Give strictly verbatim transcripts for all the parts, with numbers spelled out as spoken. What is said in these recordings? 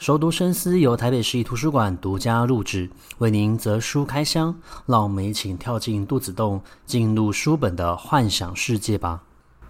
熟读深思由台北市立图书馆独家录制，为您择书开箱，让我们一起跳进肚子洞，进入书本的幻想世界吧。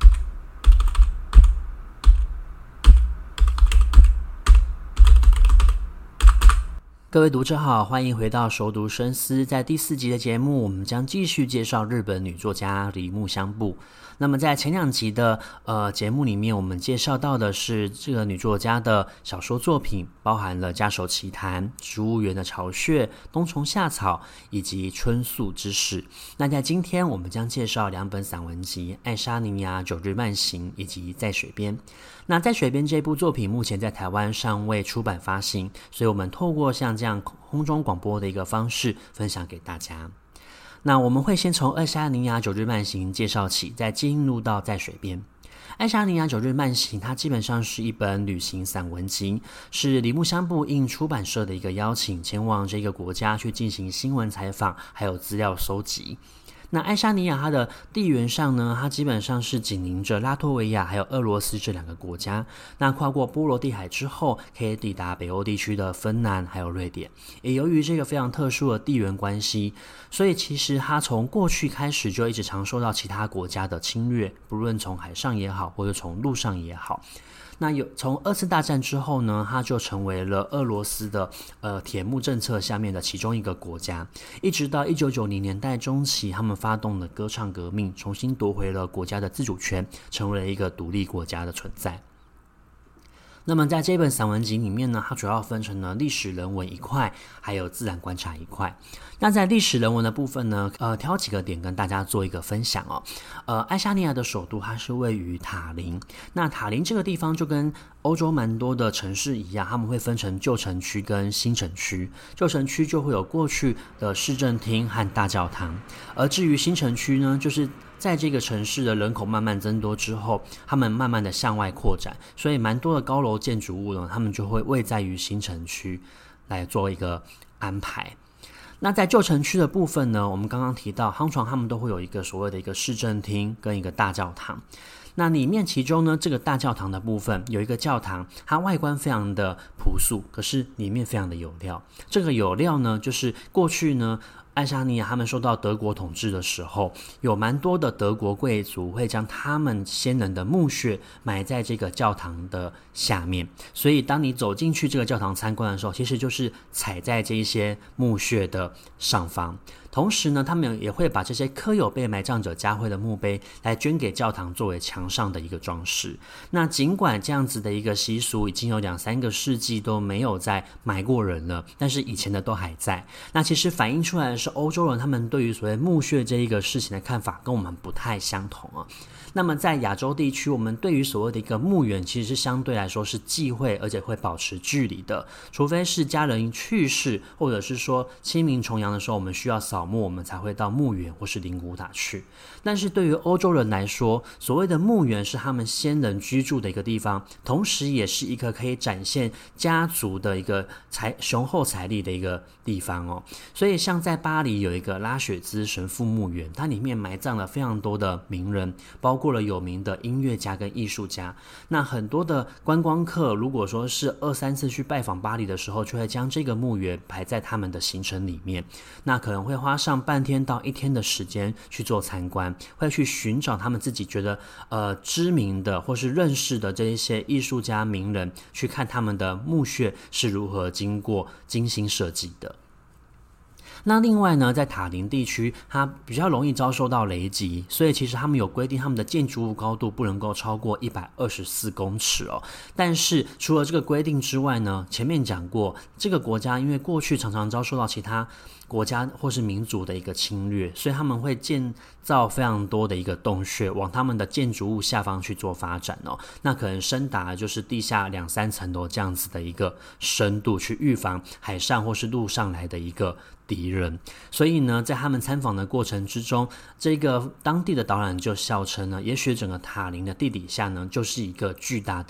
各位读者好，欢迎回到熟读深思。在第四集的节目，我们将继续介绍日本女作家铃木香步。那么在前两集的呃节目里面，我们介绍到的是这个女作家的小说作品，包含了《家守奇谈》、《植物园的巢穴》、《冬虫夏草》以及《春宿之事》。那在今天，我们将介绍两本散文集《爱沙尼亚九日慢行》以及《在水边》。那在水边这部作品目前在台湾尚未出版发行，所以我们透过像这样空中广播的一个方式分享给大家。那我们会先从爱沙尼亚九日慢行介绍起，再进入到在水边。爱沙尼亚九日慢行它基本上是一本旅行散文集，是铃木香步应出版社的一个邀请，前往这个国家去进行新闻采访还有资料搜集。那爱沙尼亚它的地缘上呢，它基本上是紧邻着拉脱维亚还有俄罗斯这两个国家。那跨过波罗的海之后，可以抵达北欧地区的芬兰还有瑞典。也由于这个非常特殊的地缘关系，所以其实它从过去开始就一直常受到其他国家的侵略，不论从海上也好，或者从陆上也好。那有从二次大战之后呢，它就成为了俄罗斯的呃铁幕政策下面的其中一个国家，一直到一九九零年代中期，他们发动了歌唱革命，重新夺回了国家的自主权，成为了一个独立国家的存在。那么在这本散文集里面呢，它主要分成了历史人文一块，还有自然观察一块。那在历史人文的部分呢，呃，挑几个点跟大家做一个分享哦。呃，爱沙尼亚的首都它是位于塔林，那塔林这个地方就跟欧洲蛮多的城市一样，他们会分成旧城区跟新城区。旧城区就会有过去的市政厅和大教堂，而至于新城区呢，就是在这个城市的人口慢慢增多之后，他们慢慢的向外扩展，所以蛮多的高楼建筑物呢，他们就会位在于新城区来做一个安排。那在旧城区的部分呢，我们刚刚提到夯床他们都会有一个所谓的一个市政厅跟一个大教堂。那里面其中呢，这个大教堂的部分有一个教堂，它外观非常的朴素，可是里面非常的有料。这个有料呢，就是过去呢爱沙尼亚他们受到德国统治的时候，有蛮多的德国贵族会将他们先人的墓穴埋在这个教堂的下面，所以当你走进去这个教堂参观的时候，其实就是踩在这一些墓穴的上方。同时呢，他们也会把这些刻有被埋葬者家徽的墓碑来捐给教堂作为墙上的一个装饰。那尽管这样子的一个习俗已经有两三个世纪都没有再埋过人了，但是以前的都还在。那其实反映出来的是欧洲人他们对于所谓墓穴这一个事情的看法跟我们不太相同啊。那么在亚洲地区，我们对于所谓的一个墓园其实是相对来说是忌讳而且会保持距离的，除非是家人去世或者是说清明重阳的时候我们需要扫墓，我们才会到墓园或是灵骨塔去。但是对于欧洲人来说，所谓的墓园是他们先人居住的一个地方，同时也是一个可以展现家族的一个财雄厚财力的一个地方哦。所以像在巴黎有一个拉雪兹神父墓园，它里面埋葬了非常多的名人，包括过了有名的音乐家跟艺术家。那很多的观光客如果说是二三次去拜访巴黎的时候，就会将这个墓园排在他们的行程里面，那可能会花上半天到一天的时间去做参观，会去寻找他们自己觉得呃知名的或是认识的这一些艺术家名人，去看他们的墓穴是如何经过精心设计的。那另外呢，在塔林地区它比较容易遭受到雷击，所以其实他们有规定他们的建筑物高度不能够超过一百二十四公尺哦。但是除了这个规定之外呢，前面讲过这个国家因为过去常常遭受到其他国家或是民族的一个侵略，所以他们会建造非常多的一个洞穴往他们的建筑物下方去做发展哦。那可能深达就是地下两三层楼这样子的一个深度，去预防海上或是陆上来的一个敌人。所以呢，在他们参访的过程之中，这个当地的导览就笑称呢，也许整个塔林的地底下呢，就是一个巨大的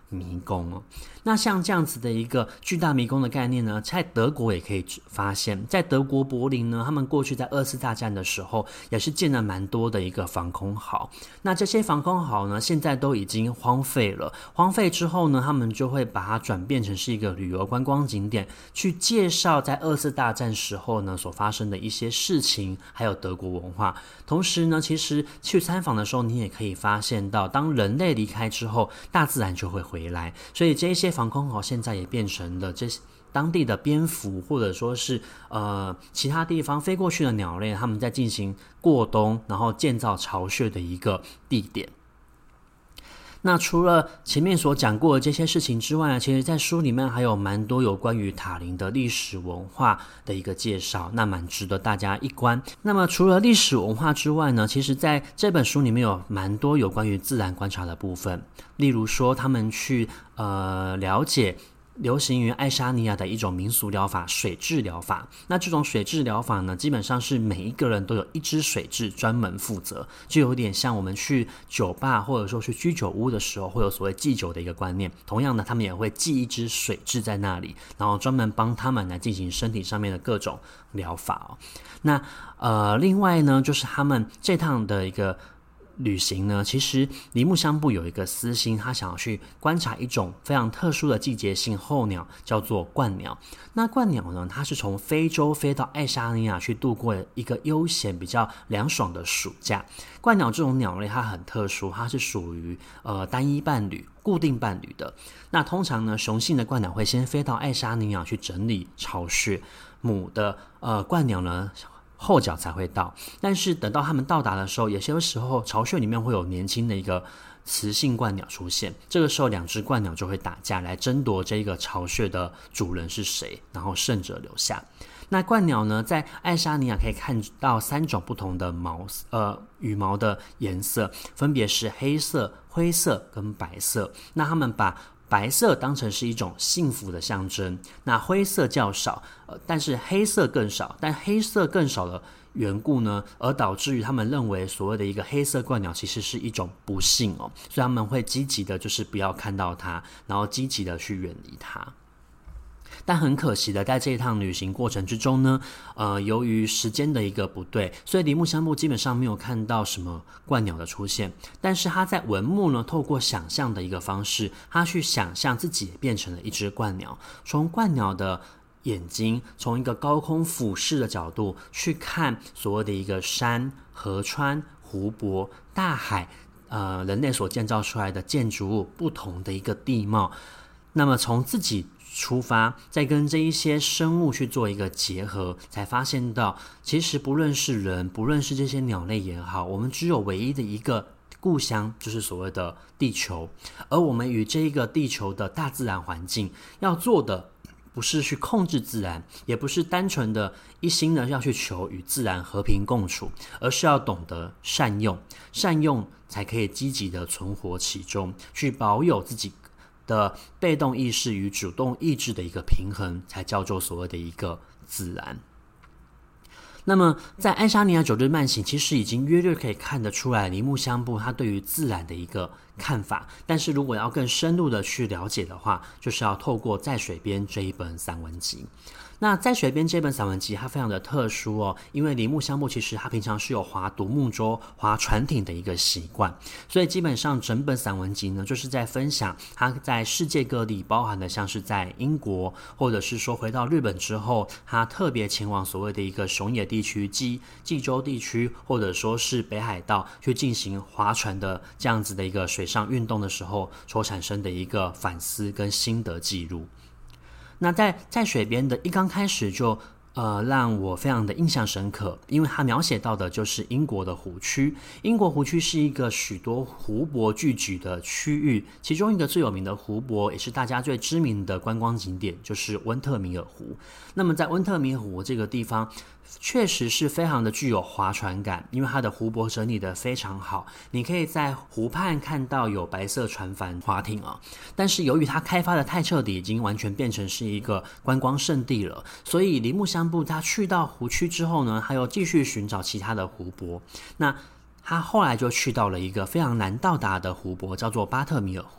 迷宫哦。那像这样子的一个巨大迷宫的概念呢，在德国也可以发现，在德国柏林呢，他们过去在二次大战的时候也是建了蛮多的一个防空壕。那这些防空壕呢，现在都已经荒废了。荒废之后呢，他们就会把它转变成是一个旅游观光景点，去介绍在二次大战时候呢所发生的一些事情，还有德国文化。同时呢，其实去参访的时候，你也可以发现到，当人类离开之后，大自然就会回来。所以这些防空壕现在也变成了这些当地的蝙蝠，或者说是呃其他地方飞过去的鸟类，他们在进行过冬，然后建造巢穴的一个地点。那除了前面所讲过的这些事情之外呢，其实在书里面还有蛮多有关于塔林的历史文化的一个介绍，那蛮值得大家一观。那么除了历史文化之外呢，其实在这本书里面有蛮多有关于自然观察的部分，例如说他们去呃了解流行于爱沙尼亚的一种民俗疗法，水蛭疗法。那这种水蛭疗法呢，基本上是每一个人都有一只水蛭专门负责，就有点像我们去酒吧或者说去居酒屋的时候会有所谓祭酒的一个观念。同样的，他们也会寄一只水蛭在那里，然后专门帮他们来进行身体上面的各种疗法哦。那呃，另外呢，就是他们这趟的一个旅行呢，其实铃木香布有一个私心，他想要去观察一种非常特殊的季节性候鸟，叫做鹳鸟。那鹳鸟呢，它是从非洲飞到爱沙尼亚去度过一个悠闲比较凉爽的暑假。鹳鸟这种鸟类它很特殊，它是属于呃单一伴侣固定伴侣的。那通常呢，雄性的鹳鸟会先飞到爱沙尼亚去整理巢穴，母的呃鹳鸟呢后脚才会到，但是等到他们到达的时候，有些时候巢穴里面会有年轻的一个雌性鹳鸟出现，这个时候两只鹳鸟就会打架来争夺这个巢穴的主人是谁，然后胜者留下。那鹳鸟呢，在爱沙尼亚可以看到三种不同的毛呃羽毛的颜色，分别是黑色、灰色跟白色。那他们把白色当成是一种幸福的象征，那灰色较少，呃，但是黑色更少，但黑色更少的缘故呢，而导致于他们认为所谓的一个黑色鹳鸟其实是一种不幸哦，所以他们会积极的就是不要看到它，然后积极的去远离它。但很可惜的，在这一趟旅行过程之中呢，呃，由于时间的一个不对，所以铃木香布基本上没有看到什么鹳鸟的出现。但是他在文末呢，透过想象的一个方式，他去想象自己也变成了一只鹳鸟，从鹳鸟的眼睛，从一个高空俯视的角度去看所谓的一个山、河川、湖泊、大海，呃，人类所建造出来的建筑物不同的一个地貌。那么从自己出发，再跟这一些生物去做一个结合，才发现到其实不论是人，不论是这些鸟类也好，我们只有唯一的一个故乡，就是所谓的地球。而我们与这一个地球的大自然环境要做的，不是去控制自然，也不是单纯的一心的要去求与自然和平共处，而是要懂得善用，善用才可以积极的存活其中，去保有自己的被动意识与主动意志的一个平衡，才叫做所谓的一个自然。那么在爱沙尼亚九日慢行，其实已经约略可以看得出来铃木香布他对于自然的一个看法，但是如果要更深入的去了解的话，就是要透过在水边这一本散文集。那在水边这本散文集它非常的特殊哦，因为铃木香布其实他平常是有划独木舟、划船艇的一个习惯，所以基本上整本散文集呢，就是在分享他在世界各地，包含的像是在英国，或者是说回到日本之后，他特别前往所谓的一个熊野地区、济济州地区，或者说是北海道去进行划船的这样子的一个水上运动的时候，所产生的一个反思跟心得记录。那在在水边的一刚开始就呃让我非常的印象深刻，因为它描写到的就是英国的湖区。英国湖区是一个许多湖泊聚集的区域，其中一个最有名的湖泊，也是大家最知名的观光景点，就是温特米尔湖。那么在温特米尔湖这个地方，确实是非常的具有划船感，因为它的湖泊整理得非常好，你可以在湖畔看到有白色船帆划艇啊。但是由于它开发的太彻底，已经完全变成是一个观光胜地了，所以铃木香布他去到湖区之后呢，他又继续寻找其他的湖泊。那他后来就去到了一个非常难到达的湖泊，叫做巴特米尔湖。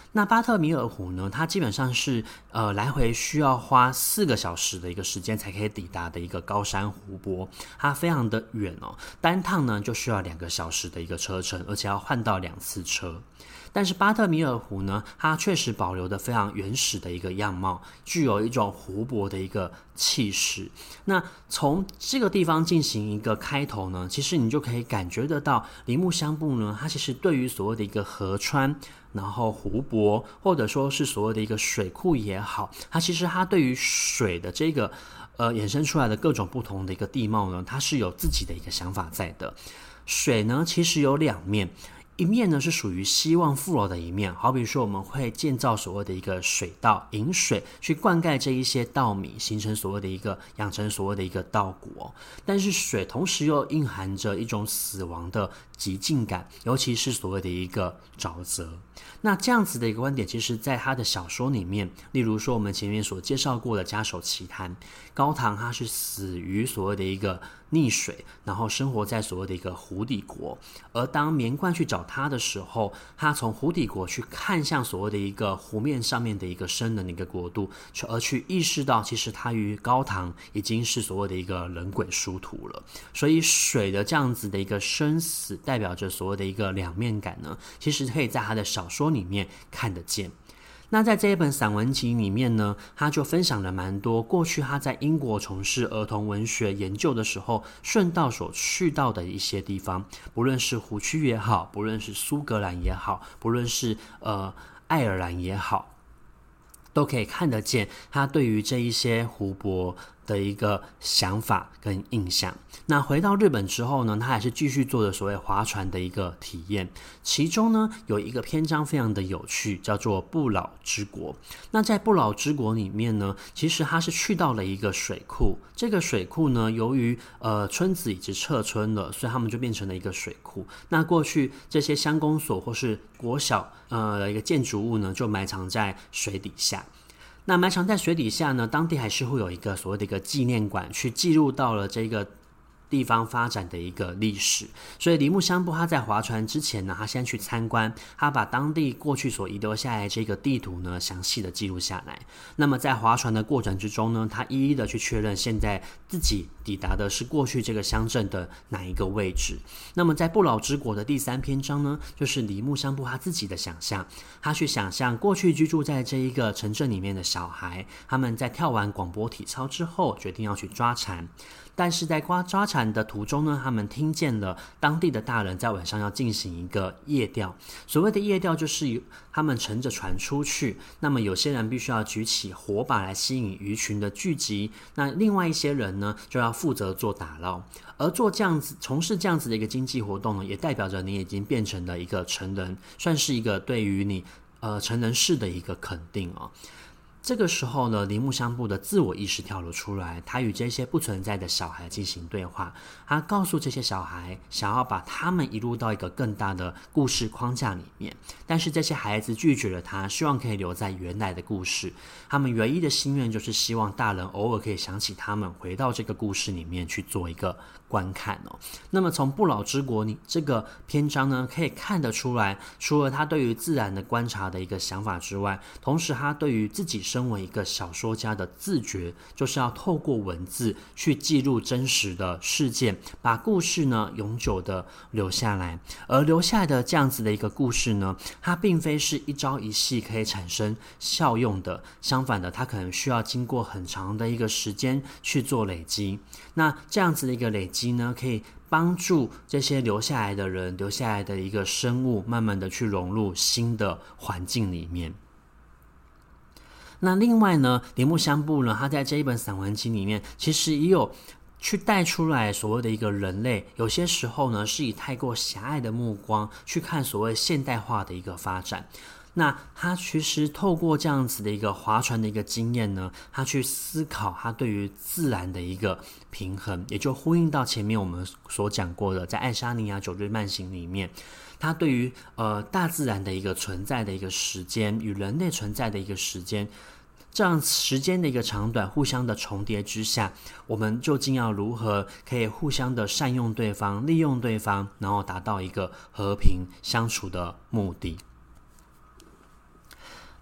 那巴特米尔湖呢，它基本上是呃来回需要花四个小时的一个时间才可以抵达的一个高山湖泊，它非常的远哦，单趟呢就需要两个小时的一个车程，而且要换到两次车。但是巴特米尔湖呢，它确实保留的非常原始的一个样貌，具有一种湖泊的一个气势。那从这个地方进行一个开头呢，其实你就可以感觉得到铃木香布呢，它其实对于所谓的一个河川，然后湖泊，或者说是所谓的一个水库也好，它其实它对于水的这个呃衍生出来的各种不同的一个地貌呢，它是有自己的一个想法在的。水呢，其实有两面。一面呢是属于希望富饶的一面，好比说我们会建造所谓的一个水稻，引水去灌溉这一些稻米，形成所谓的一个养成所谓的一个稻谷哦。但是水同时又蕴含着一种死亡的极尽感，尤其是所谓的一个沼泽。那这样子的一个观点，其实在他的小说里面，例如说我们前面所介绍过的《家守奇谭》，高唐他是死于所谓的一个溺水，然后生活在所谓的一个湖底国。而当绵贯去找他的时候，他从湖底国去看向所谓的一个湖面上面的一个生人的一个国度，而去意识到其实他与高唐已经是所谓的一个人鬼殊途了。所以水的这样子的一个生死，代表着所谓的一个两面感呢，其实可以在他的小说里面看得见。那在这一本散文集里面呢，他就分享了蛮多过去他在英国从事儿童文学研究的时候，顺道所去到的一些地方，不论是湖区也好，不论是苏格兰也好，不论是呃爱尔兰也好，都可以看得见他对于这一些湖泊的一个想法跟印象。那回到日本之后呢，他还是继续做的所谓划船的一个体验，其中呢有一个篇章非常的有趣，叫做不老之国。那在不老之国里面呢，其实他是去到了一个水库，这个水库呢由于呃村子已经撤村了，所以他们就变成了一个水库。那过去这些乡公所或是国小呃一个建筑物呢，就埋藏在水底下。那埋藏在水底下呢，当地还是会有一个所谓的一个纪念馆，去记录到了这个地方发展的一个历史。所以铃木香布他在划船之前呢，他先去参观，他把当地过去所遗留下来这个地图呢详细的记录下来。那么在划船的过程之中呢，他一一的去确认现在自己抵达的是过去这个乡镇的哪一个位置。那么在不老之国的第三篇章呢，就是铃木香布他自己的想象，他去想象过去居住在这一个城镇里面的小孩，他们在跳完广播体操之后决定要去抓蝉，但是在抓蝉的途中呢，他们听见了当地的大人在晚上要进行一个夜钓。所谓的夜钓就是他们乘着船出去，那么有些人必须要举起火把来吸引鱼群的聚集，那另外一些人呢就要负责做打捞。而做这样子从事这样子的一个经济活动呢，也代表着你已经变成了一个成人，算是一个对于你呃成人式的一个肯定哦。这个时候呢，铃木香布的自我意识跳了出来，他与这些不存在的小孩进行对话，他告诉这些小孩想要把他们移入到一个更大的故事框架里面，但是这些孩子拒绝了他，希望可以留在原来的故事。他们唯一的心愿就是希望大人偶尔可以想起他们，回到这个故事里面去做一个观看哦。那么从不老之国这个篇章呢，可以看得出来，除了他对于自然的观察的一个想法之外，同时他对于自己身为一个小说家的自觉，就是要透过文字去记录真实的事件，把故事呢永久的留下来。而留下来的这样子的一个故事呢，它并非是一朝一夕可以产生效用的，相反的，它可能需要经过很长的一个时间去做累积。那这样子的一个累积呢，可以帮助这些留下来的人，留下来的一个生物，慢慢的去融入新的环境里面。那另外呢，铃木香布呢，他在这一本散文集里面，其实也有去带出来所谓的一个人类，有些时候呢，是以太过狭隘的目光去看所谓现代化的一个发展。那他其实透过这样子的一个划船的一个经验呢，他去思考他对于自然的一个平衡，也就呼应到前面我们所讲过的，在爱沙尼亚九日慢行里面，他对于呃大自然的一个存在的一个时间与人类存在的一个时间，这样时间的一个长短互相的重叠之下，我们究竟要如何可以互相的善用对方，利用对方，然后达到一个和平相处的目的。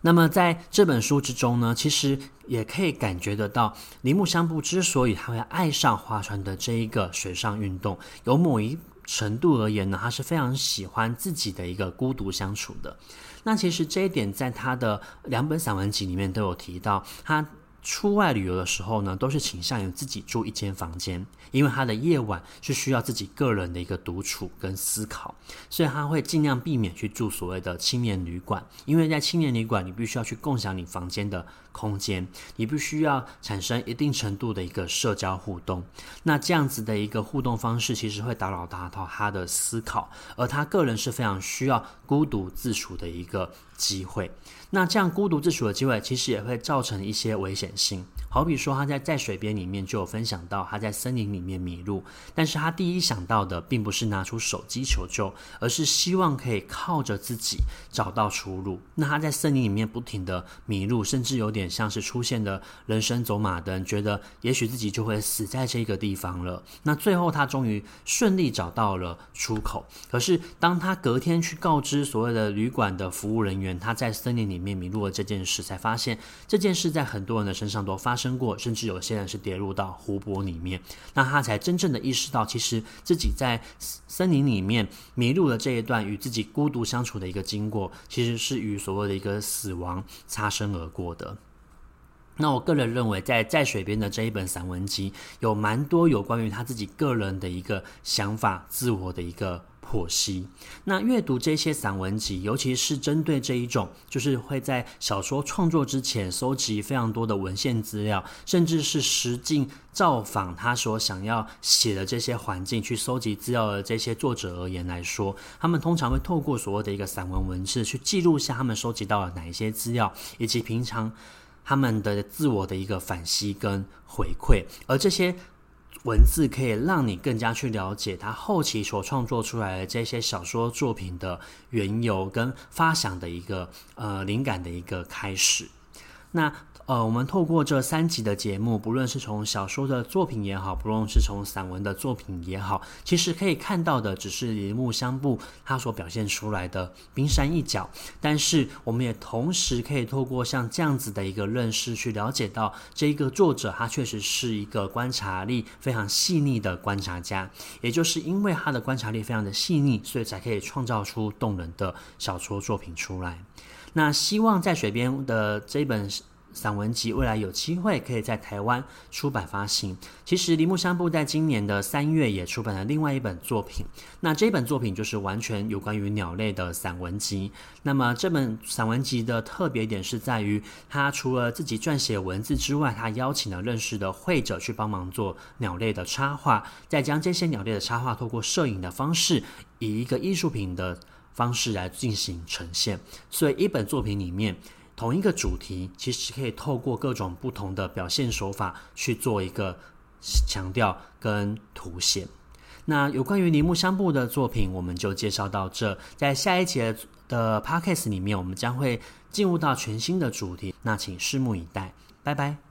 那么在这本书之中呢，其实也可以感觉得到，铃木香布之所以他会爱上划船的这一个水上运动，有某一程度而言呢，他是非常喜欢自己的一个孤独相处的。那其实这一点在他的两本散文集里面都有提到，他出外旅游的时候呢，都是倾向于自己住一间房间，因为他的夜晚是需要自己个人的一个独处跟思考，所以他会尽量避免去住所谓的青年旅馆，因为在青年旅馆你必须要去共享你房间的空间，你必须要产生一定程度的一个社交互动，那这样子的一个互动方式其实会打扰到他的思考，而他个人是非常需要孤独自处的一个机会。那这样孤独自处的机会其实也会造成一些危险性，好比说他在在水边里面就有分享到他在森林里面迷路，但是他第一想到的并不是拿出手机求救，而是希望可以靠着自己找到出路。那他在森林里面不停的迷路，甚至有点像是出现的人生走马灯，觉得也许自己就会死在这个地方了。那最后他终于顺利找到了出口，可是当他隔天去告知所谓的旅馆的服务人员他在森林里面迷路了这件事，才发现这件事在很多人的身上都发生过，甚至有些人是跌入到湖泊里面。那他才真正的意识到，其实自己在森林里面迷路的这一段与自己孤独相处的一个经过，其实是与所谓的一个死亡擦身而过的。那我个人认为在在水边的这一本散文集有蛮多有关于他自己个人的一个想法，自我的一个剖析。那阅读这些散文集，尤其是针对这一种就是会在小说创作之前收集非常多的文献资料，甚至是实境造访他所想要写的这些环境去收集资料的这些作者而言来说，他们通常会透过所谓的一个散文文字去记录下他们收集到了哪一些资料，以及平常他们的自我的一个反思跟回馈，而这些文字可以让你更加去了解他后期所创作出来的这些小说作品的缘由跟发想的一个呃灵感的一个开始。那呃，我们透过这三集的节目，不论是从小说的作品也好，不论是从散文的作品也好，其实可以看到的只是铃木香布他所表现出来的冰山一角，但是我们也同时可以透过像这样子的一个认识，去了解到这一个作者他确实是一个观察力非常细腻的观察家，也就是因为他的观察力非常的细腻，所以才可以创造出动人的小说作品出来。那希望在水边的这本散文集未来有机会可以在台湾出版发行。其实铃木香布在今年的三月也出版了另外一本作品，那这本作品就是完全有关于鸟类的散文集。那么这本散文集的特别点是在于，他除了自己撰写文字之外，他邀请了认识的绘者去帮忙做鸟类的插画，再将这些鸟类的插画透过摄影的方式，以一个艺术品的方式来进行呈现。所以一本作品里面同一个主题其实可以透过各种不同的表现手法去做一个强调跟凸显。那有关于铃木香布的作品我们就介绍到这，在下一节的 Podcast 里面我们将会进入到全新的主题，那请拭目以待，拜拜。